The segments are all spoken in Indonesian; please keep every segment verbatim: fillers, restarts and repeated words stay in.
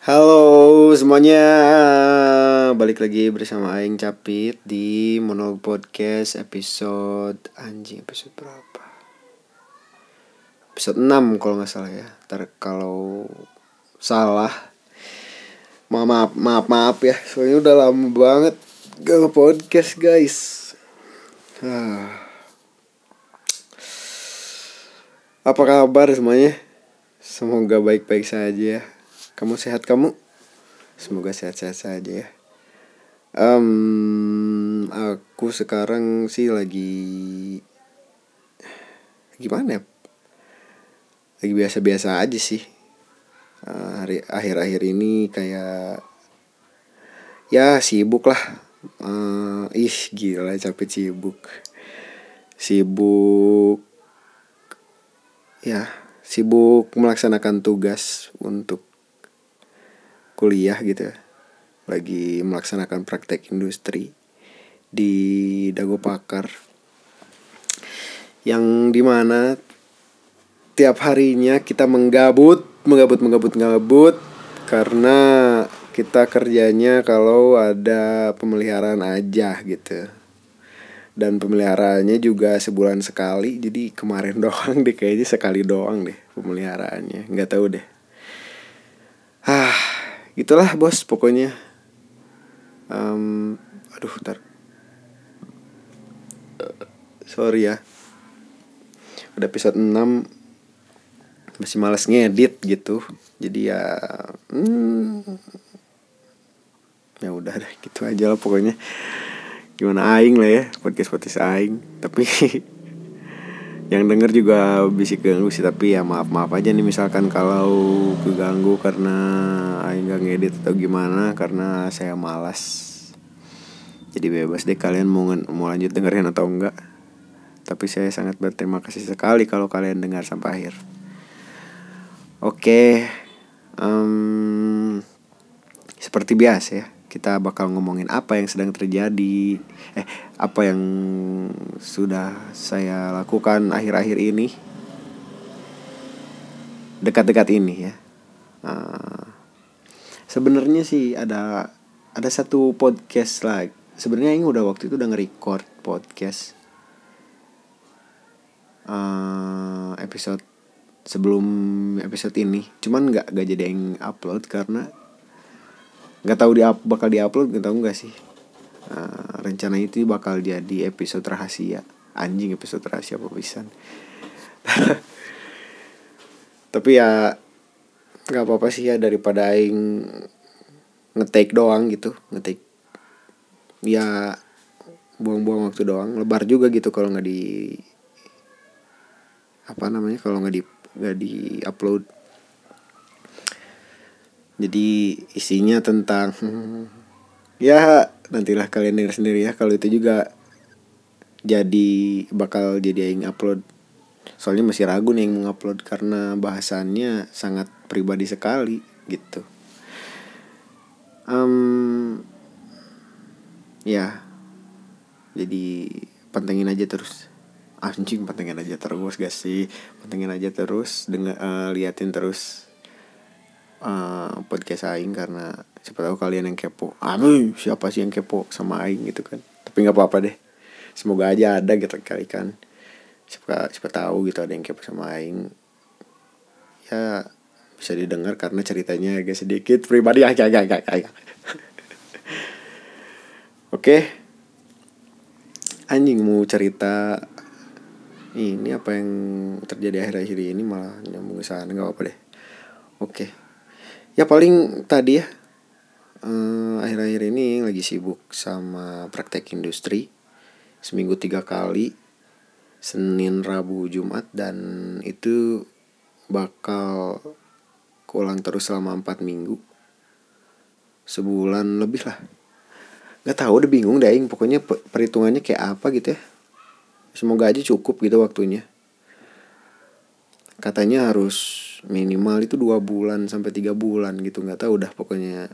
Halo semuanya, balik lagi bersama Aing Capit di Monolog Podcast episode anjing episode berapa? Episode enam kalau nggak salah ya. Ntar kalau salah maaf maaf maaf maaf ya, soalnya udah lama banget gak podcast guys. Ah. Apa kabar semuanya? Semoga baik-baik saja. Kamu sehat kamu? Semoga sehat-sehat saja ya. Um, aku sekarang sih lagi gimana ya? Lagi biasa-biasa aja sih. Uh, hari akhir-akhir ini kayak ya sibuk lah. Uh, ih gila capek sibuk. Sibuk ya, sibuk melaksanakan tugas untuk kuliah gitu ya. Lagi melaksanakan praktek industri di Dago Pakar, yang dimana tiap harinya kita menggabut, menggabut, menggabut, menggabut karena kita kerjanya kalau ada pemeliharaan aja gitu. Dan pemeliharaannya juga sebulan sekali, jadi kemarin doang deh kayaknya, sekali doang deh pemeliharaannya, nggak tahu deh. Ah, gitulah bos pokoknya. Um, aduh, ntar. Sorry ya. Udah episode enam masih malas ngedit gitu. Jadi ya hmm, ya udah deh gitu aja lah pokoknya. Gimana aing lah ya, podcast-podcast aing. Tapi yang denger juga bisa keganggu sih, tapi ya maaf-maaf aja nih misalkan kalau keganggu karena aing gak ngedit atau gimana, karena saya malas. Jadi bebas deh kalian mau mau lanjut dengerin atau enggak. Tapi saya sangat berterima kasih sekali kalau kalian dengar sampai akhir. Oke, um, seperti biasa ya, kita bakal ngomongin apa yang sedang terjadi, eh apa yang sudah saya lakukan akhir-akhir ini, dekat-dekat ini ya. Uh, Sebenarnya sih ada ada satu podcast lagi. Sebenarnya ini udah waktu itu udah nge-record podcast uh, episode sebelum episode ini, cuman nggak nggak jadi yang upload karena nggak tahu di bakal diupload nggak tahu nggak sih. Uh, rencana itu bakal jadi episode rahasia, anjing episode rahasia apa pisan. Tapi ya nggak apa-apa sih ya, daripada aing nge-take doang gitu, nge-take ya buang-buang waktu doang, lebar juga gitu kalau nggak di apa namanya kalau nggak di nggak di upload. Jadi isinya tentang ya nantilah kalian dengar sendiri ya, kalau itu juga jadi bakal jadi yang upload. Soalnya masih ragu nih yang mengupload karena bahasannya sangat pribadi sekali gitu. Um, ya jadi pantengin aja terus. Anjing pantengin aja terus gak sih? Pantengin aja terus, dengan uh, liatin terus uh, podcast aing, karena siapa tahu kalian yang kepo. Aduh, siapa sih yang kepo sama aing gitu kan? Tapi nggak apa-apa deh. Semoga aja ada gitu kali kan. Siapa siapa tahu gitu ada yang kepo sama aing. Ya bisa didengar karena ceritanya agak sedikit pribadi aja agak agak agak. Oke. Anjing mau cerita ini apa yang terjadi akhir-akhir ini, malah nyambung ke sana, enggak apa-apa deh. Oke. Ya paling tadi ya, eh, akhir-akhir ini lagi sibuk sama praktek industri. Seminggu tiga kali, Senin, Rabu, Jumat, dan itu bakal keulang terus selama empat minggu, sebulan lebih lah. Gak tahu, udah bingung deh aing, pokoknya perhitungannya kayak apa gitu ya. Semoga aja cukup gitu waktunya. Katanya harus minimal itu dua bulan sampai tiga bulan gitu, nggak tahu dah pokoknya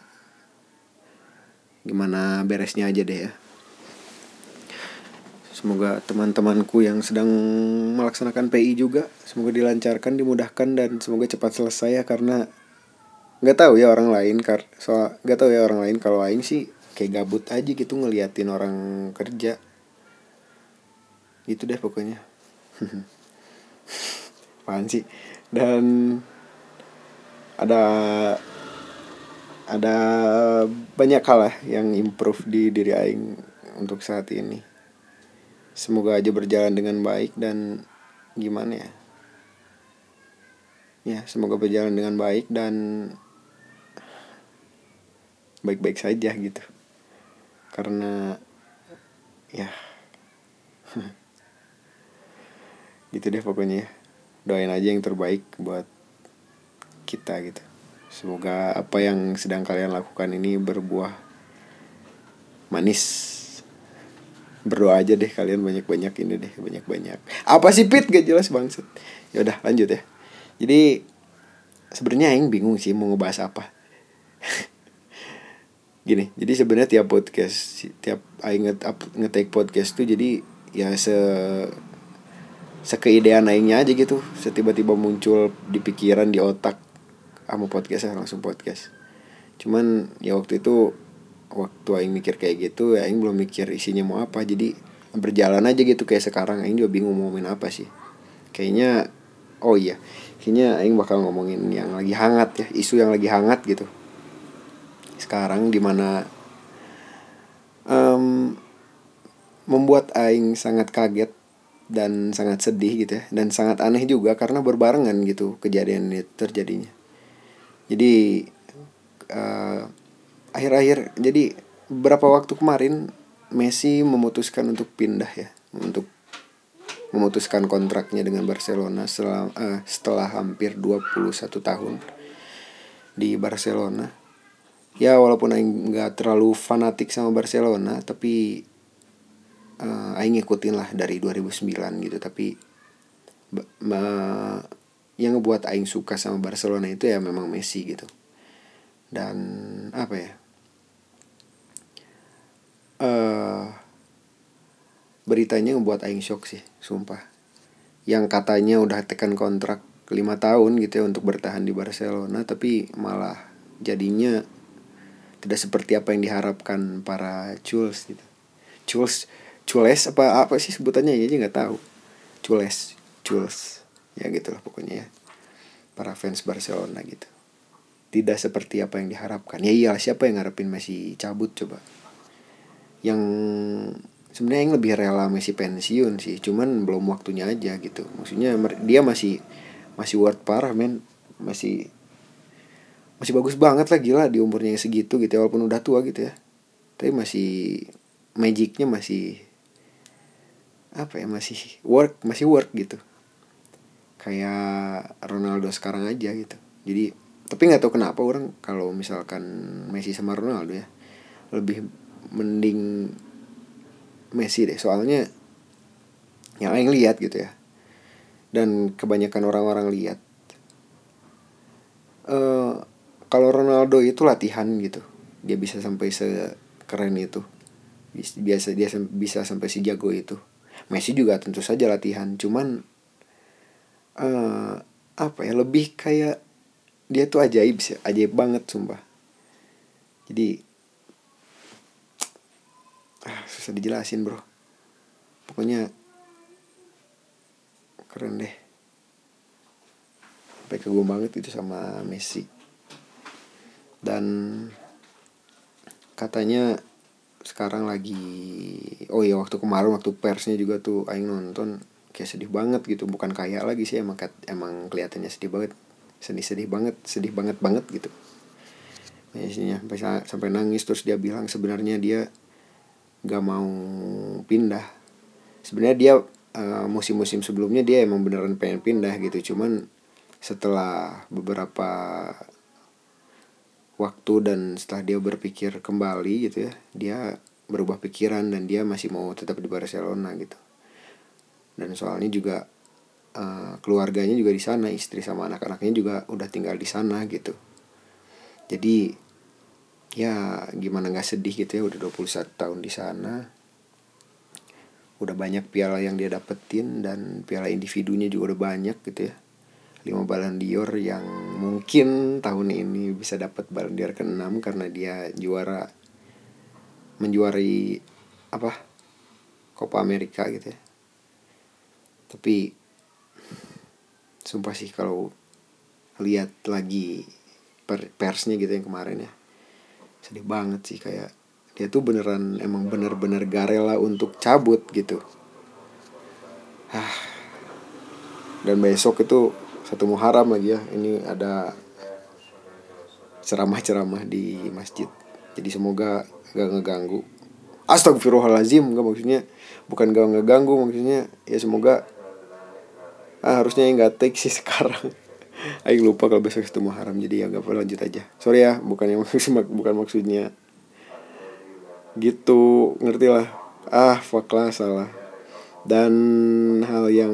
gimana beresnya aja deh ya. Semoga teman-temanku yang sedang melaksanakan P I juga semoga dilancarkan, dimudahkan, dan semoga cepat selesai ya, karena nggak tahu ya orang lain kar soal nggak tahu ya orang lain, kalau aing sih kayak gabut aja gitu ngeliatin orang kerja gitu deh pokoknya. Apaan sih. Dan ada ada banyak hal lah yang improve di diri aing untuk saat ini. Semoga aja berjalan dengan baik dan gimana ya, ya semoga berjalan dengan baik dan baik-baik saja gitu. Karena ya gitu deh pokoknya ya. Doain aja yang terbaik buat kita gitu. Semoga apa yang sedang kalian lakukan ini berbuah manis. Berdoa aja deh kalian banyak-banyak ini deh, banyak-banyak. Apa sih Pit, gak jelas banget. Ya udah lanjut ya. Jadi sebenarnya aing bingung sih mau ngebahas apa. Gini, jadi sebenarnya tiap podcast, tiap aing nge-take podcast tuh jadi ya se sekeidean aingnya aja gitu. Setiba-tiba muncul di pikiran, di otak, ah mau podcast ya langsung podcast. Cuman ya waktu itu waktu aing mikir kayak gitu ya aing belum mikir isinya mau apa, jadi berjalan aja gitu kayak sekarang. Aing juga bingung mau ngomongin apa sih. Kayaknya oh iya, kayaknya aing bakal ngomongin yang lagi hangat ya, isu yang lagi hangat gitu sekarang, dimana um, membuat aing sangat kaget dan sangat sedih gitu ya, dan sangat aneh juga karena berbarengan gitu kejadian itu terjadinya. Jadi uh, akhir-akhir jadi beberapa waktu kemarin Messi memutuskan untuk pindah ya, untuk memutuskan kontraknya dengan Barcelona setelah, uh, setelah hampir dua puluh satu tahun di Barcelona. Ya walaupun aing gak terlalu fanatik sama Barcelona, tapi uh, aing ngikutin lah dari dua ribu sembilan gitu. Tapi uh, yang ngebuat aing suka sama Barcelona itu ya memang Messi gitu. Dan apa ya, uh, beritanya ngebuat aing shock sih, sumpah. Yang katanya udah tekan kontrak lima tahun gitu ya untuk bertahan di Barcelona, tapi malah jadinya tidak seperti apa yang diharapkan para Chuls gitu. Chuls, Chules apa apa sih sebutannya ya, aja nggak tahu. Chules, Chuls, ya gitulah pokoknya ya. Para fans Barcelona gitu. Tidak seperti apa yang diharapkan. Ya iyalah, siapa yang ngarepin Messi cabut coba. Yang sebenarnya yang lebih rela Messi pensiun sih, cuman belum waktunya aja gitu. Maksudnya dia masih masih worth parah men, masih masih bagus banget lah, gila di umurnya yang segitu gitu ya, walaupun udah tua gitu ya. Tapi masih magicnya masih apa ya, masih work, masih work gitu. Kayak Ronaldo sekarang aja gitu. Jadi tapi nggak tahu kenapa orang kalau misalkan Messi sama Ronaldo ya lebih mending Messi deh, soalnya yang aing lihat gitu ya, dan kebanyakan orang-orang lihat, uh, kalau Ronaldo itu latihan gitu, dia bisa sampai sekeren itu, biasa dia bisa sampai sejago itu. Messi juga tentu saja latihan, cuman uh, apa ya, lebih kayak dia tuh ajaib sih, ajaib banget sumpah. Jadi ah, susah dijelasin bro, pokoknya keren deh, sampai kagum banget itu sama Messi. Dan katanya sekarang lagi, oh iya waktu kemarin waktu persnya juga tuh aing nonton kayak sedih banget gitu, bukan kayak lagi sih, emang emang kelihatannya sedih banget, sedih-sedih banget, sedih banget banget gitu. Biasanya sampai sampai nangis, terus dia bilang sebenarnya dia gak mau pindah. Sebenarnya dia uh, musim-musim sebelumnya dia emang beneran pengen pindah gitu, cuman setelah beberapa waktu dan setelah dia berpikir kembali gitu ya, dia berubah pikiran dan dia masih mau tetap di Barcelona gitu. Dan soalnya juga uh, keluarganya juga di sana, istri sama anak-anaknya juga udah tinggal di sana gitu. Jadi ya gimana nggak sedih gitu ya, udah dua puluh satu tahun di sana, udah banyak piala yang dia dapetin dan piala individunya juga udah banyak gitu ya. lima Ballon d'Or yang mungkin tahun ini bisa dapat Ballon d'Or keenam karena dia juara menjuarai apa Copa America gitu ya. Tapi sumpah sih kalau lihat lagi per, persnya gitu yang kemarin ya, sedih banget sih, kayak dia tuh beneran emang bener-bener gak rela untuk cabut gitu. Hah. Dan besok itu satu Muharram lagi ya, ini ada ceramah-ceramah di masjid. Jadi semoga gak ngeganggu. Astagfirullahaladzim, gak maksudnya bukan gak ngeganggu, maksudnya ya semoga ah, harusnya yang gak take sih sekarang. Aing lupa kalau besok itu Muharram, jadi ya gak apa, lanjut aja. Sorry ya, bukan yang maksud, bukan maksudnya gitu, ngerti lah. Ah, fuck lah, salah. Dan hal yang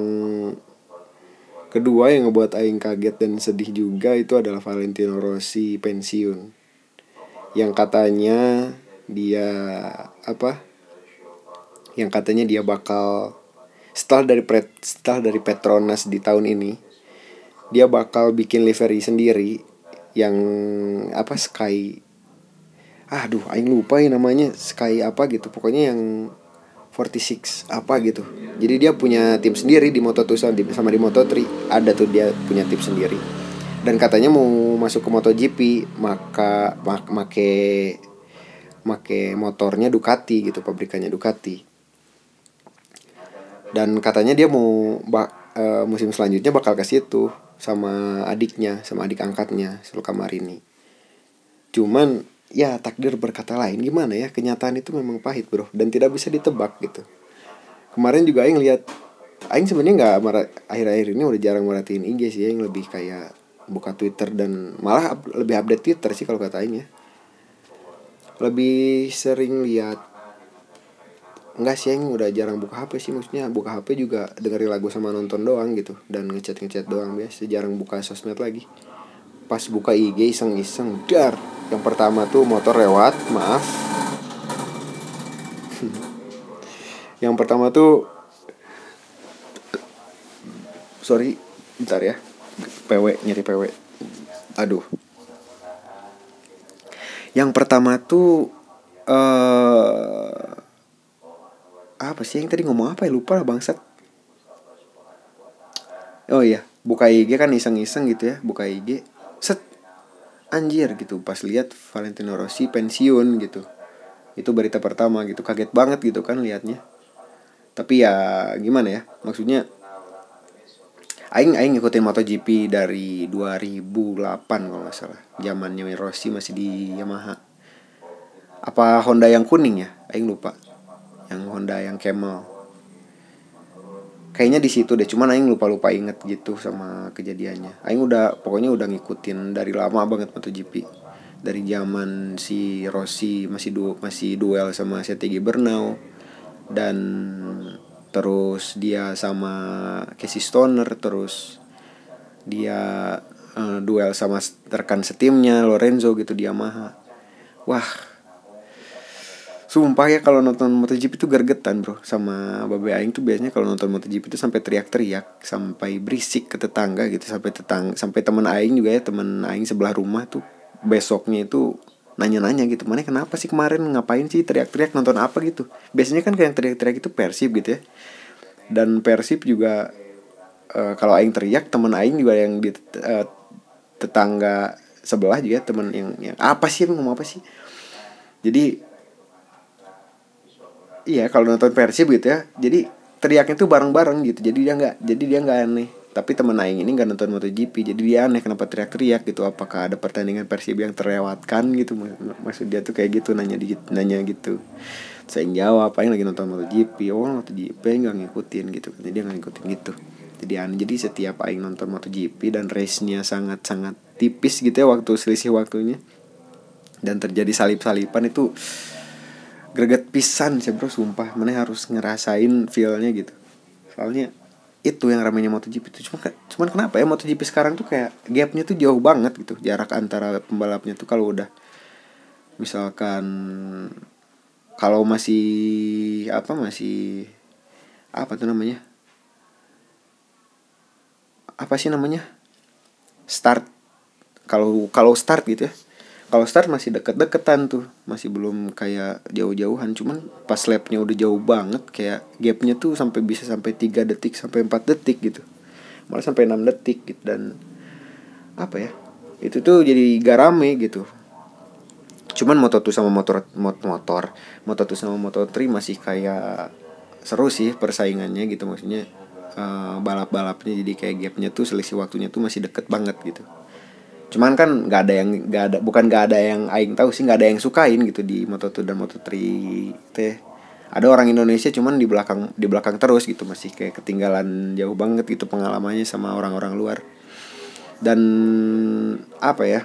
kedua yang ngebuat Aing kaget dan sedih juga itu adalah Valentino Rossi pensiun. Yang katanya dia apa? Yang katanya dia bakal setelah dari setelah dari Petronas di tahun ini, dia bakal bikin livery sendiri yang apa Sky. Aduh, Aing lupa ya namanya, Sky apa gitu. Pokoknya yang empat puluh enam apa gitu. Jadi dia punya tim sendiri di Moto dua sama di Moto tiga. Ada tuh dia punya tim sendiri. Dan katanya mau masuk ke MotoGP, maka mak, make make motornya Ducati gitu, pabrikannya Ducati. Dan katanya dia mau bak, e, musim selanjutnya bakal ke situ sama adiknya, sama adik angkatnya, Luca Marini. Cuman ya takdir berkata lain, gimana ya, kenyataan itu memang pahit bro, dan tidak bisa ditebak gitu. Kemarin juga Aing lihat, Aing sebenarnya nggak akhir-akhir ini udah jarang merhatiin I G sih, Aing lebih kayak buka Twitter dan malah up, lebih update Twitter sih kalau kata Aing ya. Lebih sering lihat, enggak sih, Aing udah jarang buka H P sih, maksudnya buka H P juga dengerin lagu sama nonton doang gitu, dan ngechat-ngechat doang biasa, jarang buka sosmed lagi. Pas buka I G iseng-iseng, dar, yang pertama tuh motor lewat, maaf. Yang pertama tuh, sorry, bentar ya, P W, nyari P W. Aduh. Yang pertama tuh uh, apa sih yang tadi ngomong apa ya, lupa lah bangsat. Oh iya, buka I G kan iseng-iseng gitu ya, buka I G, set, anjir gitu, pas lihat Valentino Rossi pensiun gitu. Itu berita pertama gitu, kaget banget gitu kan liatnya. Tapi ya gimana ya, maksudnya Aing Aing ngikutin MotoGP dari dua ribu delapan kalau nggak salah, zamannya Rossi masih di Yamaha. Apa Honda yang kuning ya, Aing lupa, yang Honda yang Camel. Kayaknya di situ deh, cuman Aing lupa-lupa inget gitu sama kejadiannya. Aing udah pokoknya udah ngikutin dari lama banget MotoGP. Dari zaman si Rossi masih du masih duel sama Setegi Bernal, dan terus dia sama Casey Stoner, terus dia uh, duel sama rekan setimnya Lorenzo gitu di Yamaha. Wah, sumpah ya kalau nonton MotoGP itu gergetan bro. Sama babe aing tuh biasanya kalau nonton MotoGP itu sampai teriak-teriak, sampai berisik ke tetangga gitu, sampai tetang sampai teman aing juga ya, teman aing sebelah rumah tuh besoknya itu nanya-nanya gitu, mana kenapa sih kemarin, ngapain sih teriak-teriak, nonton apa gitu. Biasanya kan kayak yang teriak-teriak itu Persib gitu ya. Dan Persib juga uh, kalau aing teriak, teman aing juga yang di uh, tetangga sebelah juga teman yang, yang apa sih, ngomong apa sih. Jadi iya kalau nonton Persib gitu ya, jadi teriaknya tuh bareng-bareng gitu. Jadi dia nggak, jadi dia nggak aneh. Tapi temen aing ini nggak nonton MotoGP, jadi dia aneh kenapa teriak-teriak gitu. Apakah ada pertandingan Persib yang terlewatkan gitu? Maksud dia tuh kayak gitu, nanya di, nanya gitu. Saya jawab, aing lagi nonton MotoGP. Oh MotoGP nggak ngikutin gitu. Jadi dia nggak ngikutin gitu. Jadi aneh. Jadi setiap aing nonton MotoGP dan race-nya sangat-sangat tipis gitu ya, waktu selisih waktunya, dan terjadi salip-salipan, itu greget pisan sih bro, sumpah. Mana harus ngerasain feelnya gitu. Soalnya itu yang ramainya MotoGP itu. Cuma, cuman kenapa ya MotoGP sekarang tuh kayak gapnya tuh jauh banget gitu, jarak antara pembalapnya tuh. Kalau udah misalkan, kalau masih apa masih apa tuh namanya, apa sih namanya, start, kalau kalau start gitu ya, kalau start masih deket-deketan tuh, masih belum kayak jauh-jauhan. Cuman pas lapnya udah jauh banget, kayak gapnya tuh sampai bisa sampai tiga detik sampai empat detik gitu, malah sampai enam detik gitu. Dan apa ya, itu tuh jadi gak rame gitu. Cuman Moto dua sama motor motor Moto dua sama Moto tiga masih kayak seru sih persaingannya gitu, maksudnya uh, balap-balapnya, jadi kayak gapnya tuh, selisih waktunya tuh masih deket banget gitu. Cuman kan nggak ada yang nggak ada bukan nggak ada yang aing tahu sih, nggak ada yang sukain gitu di Moto dua dan Moto tiga teh. Ada orang Indonesia cuman di belakang di belakang terus gitu, masih kayak ketinggalan jauh banget gitu pengalamannya sama orang-orang luar. Dan apa ya,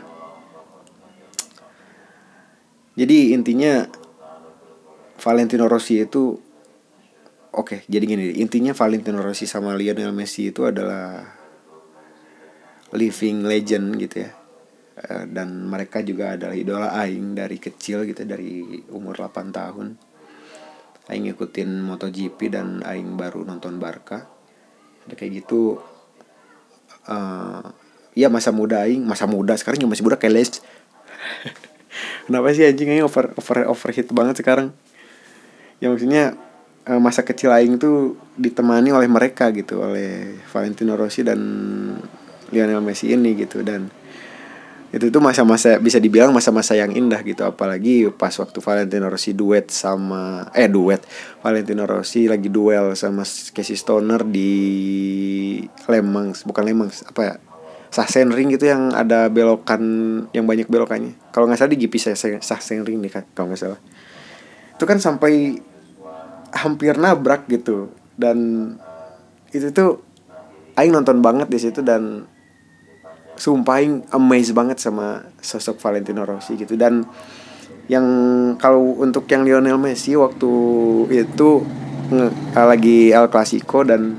jadi intinya Valentino Rossi itu oke, okay, jadi gini, intinya Valentino Rossi sama Lionel Messi itu adalah living legend gitu ya. Dan mereka juga adalah idola aing dari kecil gitu, dari umur delapan tahun aing ngikutin MotoGP dan aing baru nonton Barca. Ada kayak gitu. Uh, ya masa muda aing, masa muda sekarang juga masih muda kayak Les. Kenapa sih anjing aing over over overhit banget sekarang? Ya maksudnya uh, masa kecil aing tuh ditemani oleh mereka gitu, oleh Valentino Rossi dan Lionel Messi ini gitu. Dan itu tuh masa-masa bisa dibilang masa-masa yang indah gitu, apalagi pas waktu Valentino Rossi duet sama eh duet Valentino Rossi lagi duel sama Casey Stoner di Lemang, bukan Lemang, apa ya, Sachsenring gitu, yang ada belokan, yang banyak belokannya. Kalau nggak salah di G P Sachsenring nih kan, kalau nggak salah. Itu kan sampai hampir nabrak gitu. Dan itu tuh aing nonton banget di situ, dan sumpah aing amazed banget sama sosok Valentino Rossi gitu. Dan yang kalau untuk yang Lionel Messi waktu itu nge- lagi El Clasico dan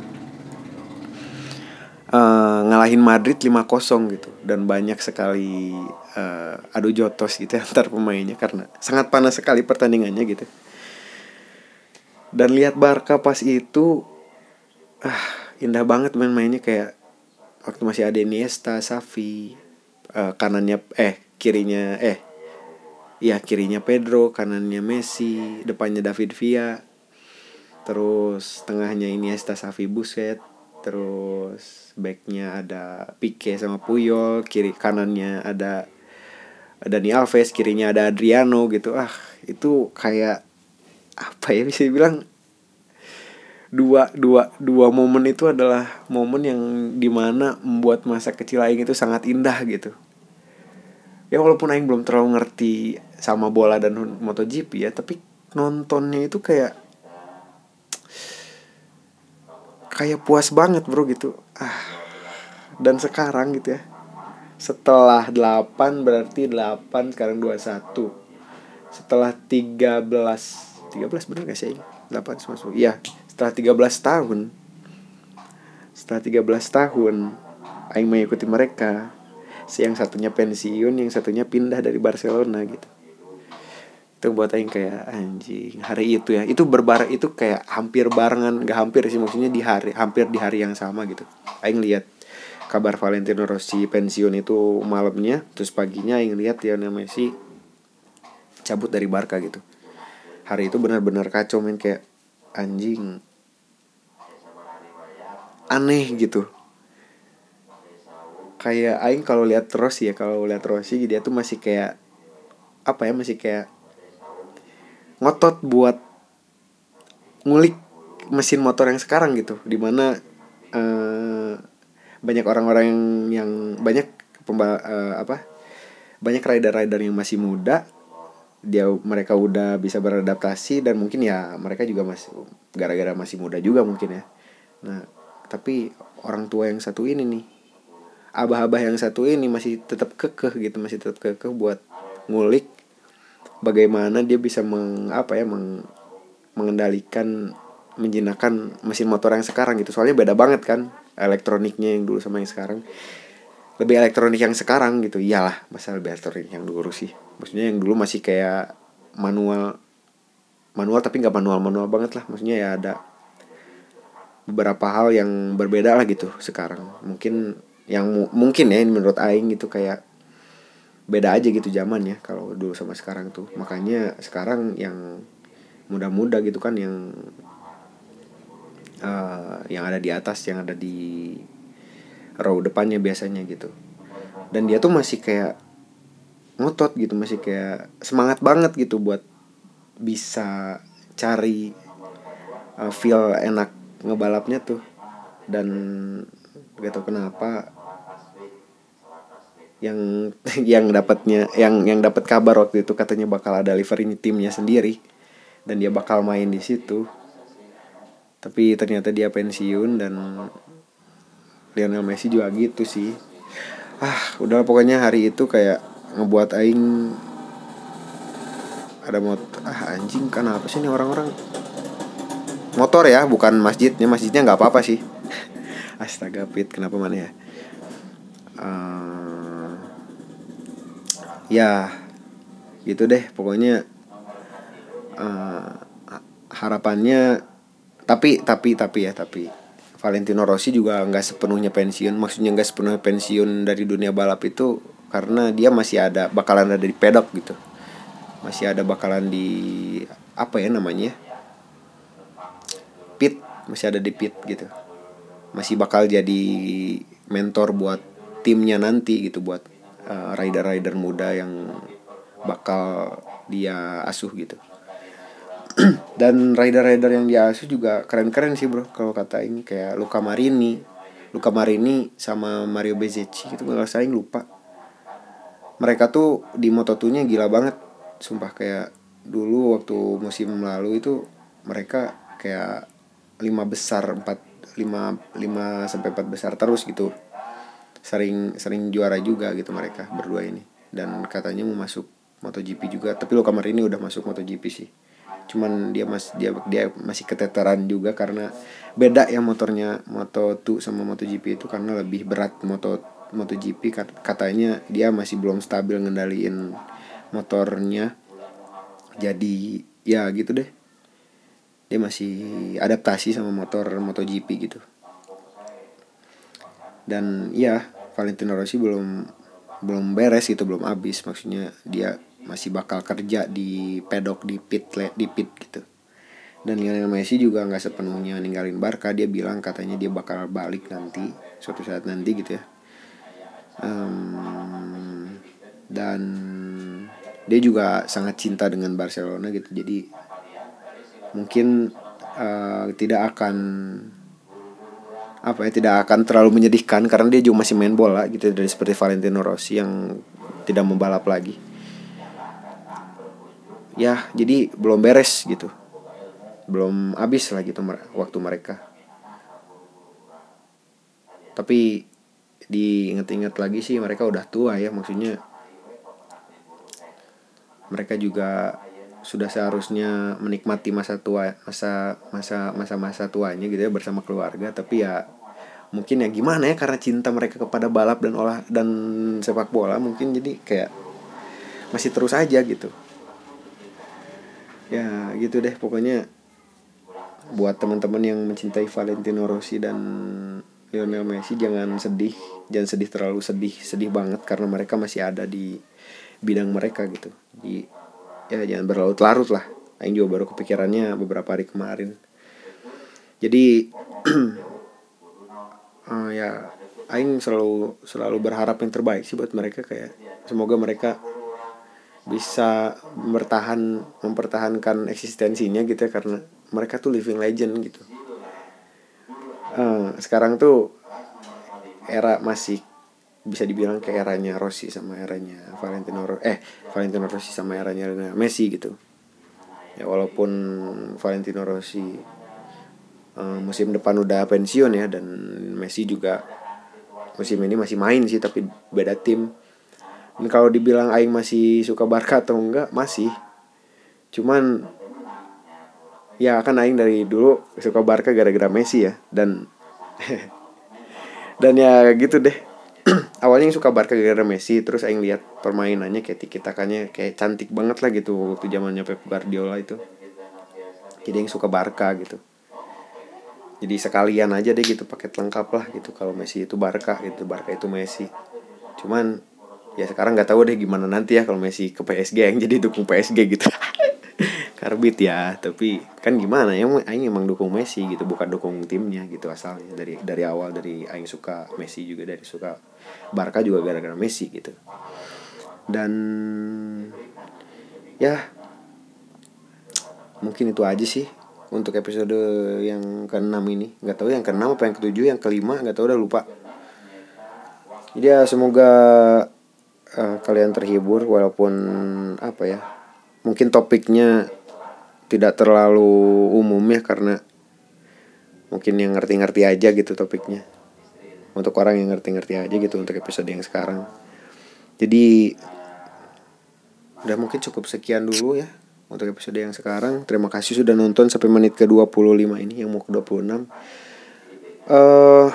uh, ngalahin Madrid lima kosong gitu, dan banyak sekali uh, adu jotos gitu antar pemainnya karena sangat panas sekali pertandingannya gitu. Dan lihat Barca pas itu ah indah banget main-mainnya, kayak waktu masih ada Iniesta, Xavi, uh, kanannya eh kirinya eh ya kirinya Pedro, kanannya Messi, depannya David Villa, terus tengahnya Iniesta, Xavi, Busquets, terus backnya ada Pique sama Puyol, kiri kanannya ada Dani Alves, kirinya ada Adriano gitu. Ah itu kayak apa ya, bisa dibilang dua dua dua momen itu adalah momen yang dimana membuat masa kecil aing itu sangat indah gitu. Ya walaupun aing belum terlalu ngerti sama bola dan MotoGP ya, tapi nontonnya itu kayak kayak puas banget bro gitu. Ah, dan sekarang gitu ya, setelah delapan, berarti delapan sekarang dua puluh satu. Setelah tiga belas tiga belas bener gak sih? delapan sembilan. Iya, setelah tiga belas tahun. Setelah tiga belas tahun aing mengikuti mereka. Yang satunya pensiun, yang satunya pindah dari Barcelona gitu. Itu buat aing kayak anjing, hari itu ya, itu berbar itu kayak hampir barengan, gak hampir sih, maksudnya di hari hampir di hari yang sama gitu. Aing lihat kabar Valentino Rossi pensiun itu malamnya, terus paginya aing lihat Lionel Messi cabut dari Barca gitu. Hari itu benar-benar kacau men, kayak anjing, aneh gitu. Kayak aing kalau lihat Rossi ya, kalau lihat Rossi dia tuh masih kayak apa ya, masih kayak ngotot buat ngulik mesin motor yang sekarang gitu, dimana uh, banyak orang-orang yang, yang banyak pemba, uh, apa banyak rider-rider yang masih muda, dia mereka udah bisa beradaptasi, dan mungkin ya mereka juga masih gara-gara masih muda juga mungkin ya. Nah tapi orang tua yang satu ini nih, abah-abah yang satu ini masih tetap kekeh gitu, masih tetap kekeh buat ngulik bagaimana dia bisa meng apa ya meng, mengendalikan, menjinakkan mesin motor yang sekarang gitu. Soalnya beda banget kan elektroniknya yang dulu sama yang sekarang. Lebih elektronik yang sekarang gitu. Iyalah, masa lebih elektronik yang dulu sih. Maksudnya yang dulu masih kayak manual, manual tapi nggak manual-manual banget lah. Maksudnya ya ada beberapa hal yang berbeda lah gitu sekarang. Mungkin yang mu- mungkin ya menurut aing gitu kayak beda aja gitu zamannya kalau dulu sama sekarang tuh. Makanya sekarang yang muda-muda gitu kan yang uh, yang ada di atas, yang ada di row depannya biasanya gitu. Dan dia tuh masih kayak ngotot gitu, masih kayak semangat banget gitu buat bisa cari uh, feel enak ngebalapnya tuh. Dan gak tau kenapa yang yang dapatnya yang yang dapat kabar waktu itu katanya bakal ada livery timnya sendiri dan dia bakal main di situ, tapi ternyata dia pensiun. Dan Lionel Messi juga gitu sih. Ah udah pokoknya hari itu kayak ngebuat aing ada mot ah anjing kan apa sih nih orang-orang motor ya, bukan masjidnya masjidnya nggak apa-apa sih. Astaga Pit, kenapa mana ya. Uh, ya gitu deh pokoknya. Uh, harapannya tapi tapi tapi ya tapi Valentino Rossi juga nggak sepenuhnya pensiun. Maksudnya nggak sepenuhnya pensiun dari dunia balap itu karena dia masih ada bakalan ada di pedok gitu, masih ada bakalan di apa ya namanya pit, masih ada di pit gitu, masih bakal jadi mentor buat timnya nanti gitu, buat uh, rider-rider muda yang bakal dia asuh gitu. Dan rider-rider yang dia asuh juga keren-keren sih bro kalau kata ini, kayak Luca Marini Luca Marini sama Mario Bezzecchi itu nggak saing lupa. Mereka tuh di Moto dua-nya gila banget sumpah. Kayak dulu waktu musim lalu itu mereka kayak lima besar empat lima lima sampai empat besar terus gitu, sering sering juara juga gitu mereka berdua ini. Dan katanya mau masuk MotoGP juga, tapi Luca Marini udah masuk MotoGP sih. Cuman dia mas dia dia masih keteteran juga karena beda ya motornya Moto dua sama MotoGP itu, karena lebih berat Moto MotoGP katanya dia masih belum stabil ngendaliin motornya. Jadi ya gitu deh, dia masih adaptasi sama motor MotoGP gitu. Dan ya Valentino Rossi belum belum beres gitu, belum habis. Maksudnya dia masih bakal kerja di pedok, di pit di pit gitu. Dan Lionel Messi juga nggak sepenuhnya ninggalin Barca. Dia bilang katanya dia bakal balik nanti suatu saat nanti gitu ya. Um, dan dia juga sangat cinta dengan Barcelona gitu. Jadi mungkin uh, tidak akan apa ya tidak akan terlalu menyedihkan karena dia juga masih main bola gitu, dari seperti Valentino Rossi yang tidak membalap lagi. Ya, jadi belum beres gitu. Belum habis lah gitu waktu mereka. Tapi diinget-inget lagi sih mereka udah tua ya, maksudnya mereka juga sudah seharusnya menikmati masa tua, masa masa masa masa tuanya gitu ya bersama keluarga. Tapi ya mungkin ya gimana ya, karena cinta mereka kepada balap dan olah dan sepak bola mungkin jadi kayak masih terus aja gitu. Ya gitu deh pokoknya. Buat teman-teman yang mencintai Valentino Rossi dan Lionel Messi jangan sedih, jangan sedih terlalu sedih, sedih banget karena mereka masih ada di bidang mereka gitu. Jadi ya jangan berlarut-larut lah. Aing juga baru kepikirannya beberapa hari kemarin. Jadi uh, ya Aing selalu selalu berharap yang terbaik sih buat mereka, kayak semoga mereka bisa bertahan mempertahankan eksistensinya gitu ya, karena mereka tuh living legend gitu. Uh, sekarang tuh era masih bisa dibilang kayak eranya Rossi sama eranya Valentino eh Valentino Rossi sama eranya Messi gitu. Ya walaupun Valentino Rossi uh, musim depan udah pensiun ya, dan Messi juga musim ini masih main sih tapi beda tim. Dan kalau dibilang aing masih suka Barca atau enggak, masih. Cuman ya kan aing dari dulu suka Barca gara-gara Messi ya, dan dan ya gitu deh. Awalnya yang suka Barca gara-gara Messi, terus aing lihat permainannya kayak tiki-takanya kayak cantik banget lah gitu waktu zamannya Pep Guardiola itu. Jadi yang suka Barca gitu. Jadi sekalian aja deh gitu, paket lengkap lah gitu. Kalau Messi itu Barca gitu, Barca itu Messi. Cuman ya sekarang nggak tahu deh gimana nanti ya kalau Messi ke P S G yang jadi dukung P S G gitu. Karbit ya, tapi kan gimana ya, aing emang dukung Messi gitu, bukan dukung timnya gitu asalnya. Dari dari awal dari aing suka Messi juga, dari suka Barca juga gara-gara Messi gitu. Dan ya mungkin itu aja sih untuk episode yang keenam ini. Nggak tahu yang keenam apa yang ketujuh, yang kelima nggak tahu, udah lupa. Jadi ya semoga uh, kalian terhibur walaupun apa ya, mungkin topiknya tidak terlalu umum ya, karena mungkin yang ngerti-ngerti aja gitu topiknya, untuk orang yang ngerti-ngerti aja gitu untuk episode yang sekarang. Jadi udah mungkin cukup sekian dulu ya untuk episode yang sekarang. Terima kasih sudah nonton sampai menit ke dua puluh lima ini, yang mau ke dua puluh enam. uh,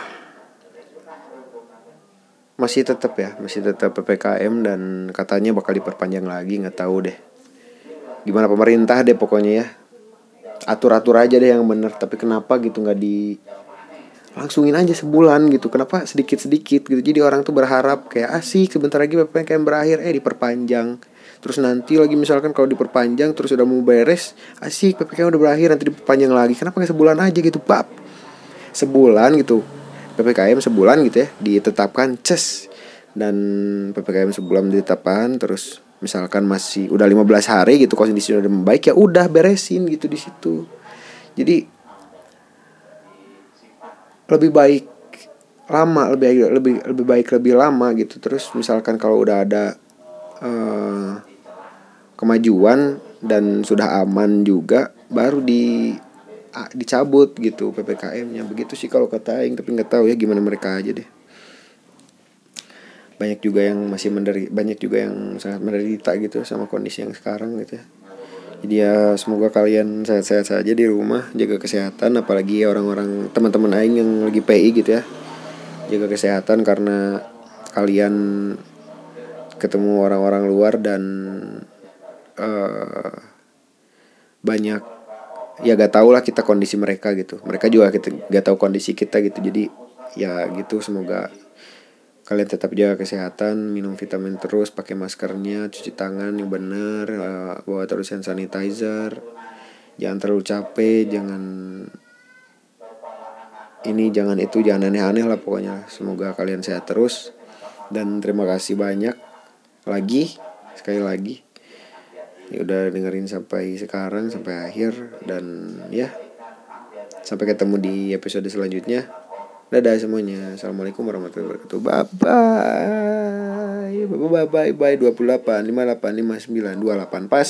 Masih tetap ya, masih tetap P P K M dan katanya bakal diperpanjang lagi, nggak tahu deh gimana pemerintah deh pokoknya ya. Atur-atur aja deh yang bener, tapi kenapa gitu nggak di langsungin aja sebulan gitu, kenapa sedikit-sedikit gitu. Jadi orang tuh berharap kayak asik sebentar lagi P P K M berakhir, eh diperpanjang. Terus nanti lagi misalkan kalau diperpanjang terus udah mau beres, asik P P K M udah berakhir nanti diperpanjang lagi. Kenapa nggak sebulan aja gitu, bab? Sebulan gitu, P P K M sebulan gitu ya ditetapkan, ces. Dan P P K M sebulan ditetapkan, terus misalkan masih udah lima belas hari gitu kondisi udah membaik, ya udah beresin gitu di situ. Jadi lebih baik lama, lebih lebih lebih baik lebih lama gitu. Terus misalkan kalau udah ada uh, kemajuan dan sudah aman juga, baru di uh, dicabut gitu P P K M-nya. Begitu sih kalau kata aing, tapi nggak tahu ya gimana mereka aja deh. Banyak juga yang masih menderita, banyak juga yang sangat menderita gitu sama kondisi yang sekarang gitu ya. Jadi ya semoga kalian sehat-sehat saja di rumah, jaga kesehatan, apalagi orang-orang teman-teman aing yang lagi P I gitu ya. Jaga kesehatan karena kalian ketemu orang-orang luar dan uh, banyak ya gak tau lah kita kondisi mereka gitu. Mereka juga kita gak tahu kondisi kita gitu. Jadi ya gitu, semoga kalian tetap jaga kesehatan, minum vitamin terus, pakai maskernya, cuci tangan yang benar, uh, bawa terus hand sanitizer, jangan terlalu capek, jangan ini, jangan itu, jangan aneh-aneh lah pokoknya. Semoga kalian sehat terus. Dan terima kasih banyak lagi, sekali lagi ya udah dengerin sampai sekarang, sampai akhir. Dan ya sampai ketemu di episode selanjutnya. Dadah semuanya. Assalamualaikum warahmatullahi wabarakatuh. Bye bye. Bye bye bye bye. dua puluh delapan, lima puluh delapan, lima puluh sembilan, dua puluh delapan. Pas.